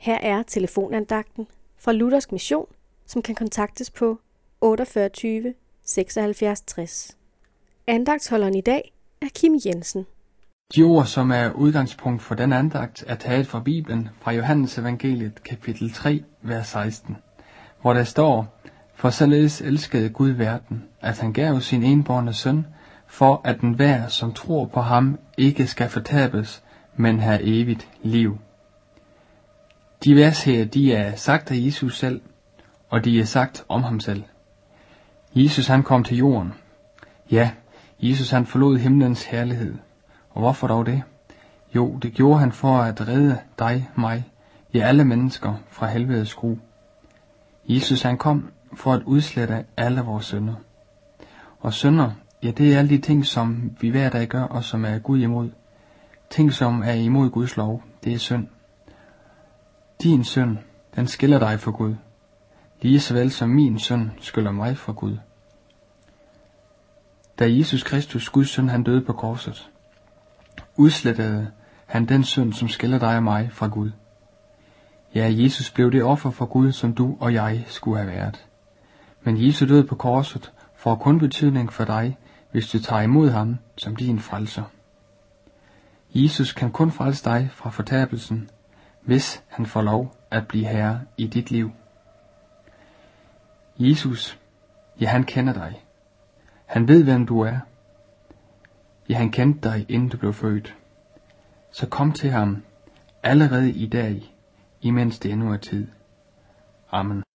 Her er telefonandagten fra Luthersk Mission, som kan kontaktes på 48 76 60. Andagtsholderen i dag er Kim Jensen. De ord, som er udgangspunkt for den andagt, er taget fra Bibelen, fra Johannes evangeliet, kapitel 3, vers 16, hvor der står: For således elskede Gud verden, at han gav sin enbårne søn, for at enhver, som tror på ham, ikke skal fortabes, men have evigt liv. De vers her, de er sagt af Jesus selv, og de er sagt om ham selv. Jesus han kom til jorden. Ja, Jesus han forlod himlens herlighed. Og hvorfor dog det? Jo, det gjorde han for at redde dig, mig, ja alle mennesker fra helvedes skru. Jesus han kom for at udslette alle vores synder. Og synder, ja det er alle de ting, som vi hver dag gør, og som er Gud imod. Ting, som er imod Guds lov, det er synd. Din synd, den skiller dig fra Gud, lige så vel som min synd skiller mig fra Gud. Da Jesus Kristus, Guds søn, han døde på korset, udslettede han den synd, som skiller dig og mig fra Gud. Ja, Jesus blev det offer for Gud, som du og jeg skulle have været. Men Jesus døde på korset får kun betydning for dig, hvis du tager imod ham som din frelser. Jesus kan kun frelse dig fra fortabelsen, hvis han får lov at blive herre i dit liv. Jesus, ja han kender dig. Han ved hvem du er. Ja han kendte dig inden du blev født. Så kom til ham allerede i dag, imens det endnu er tid. Amen.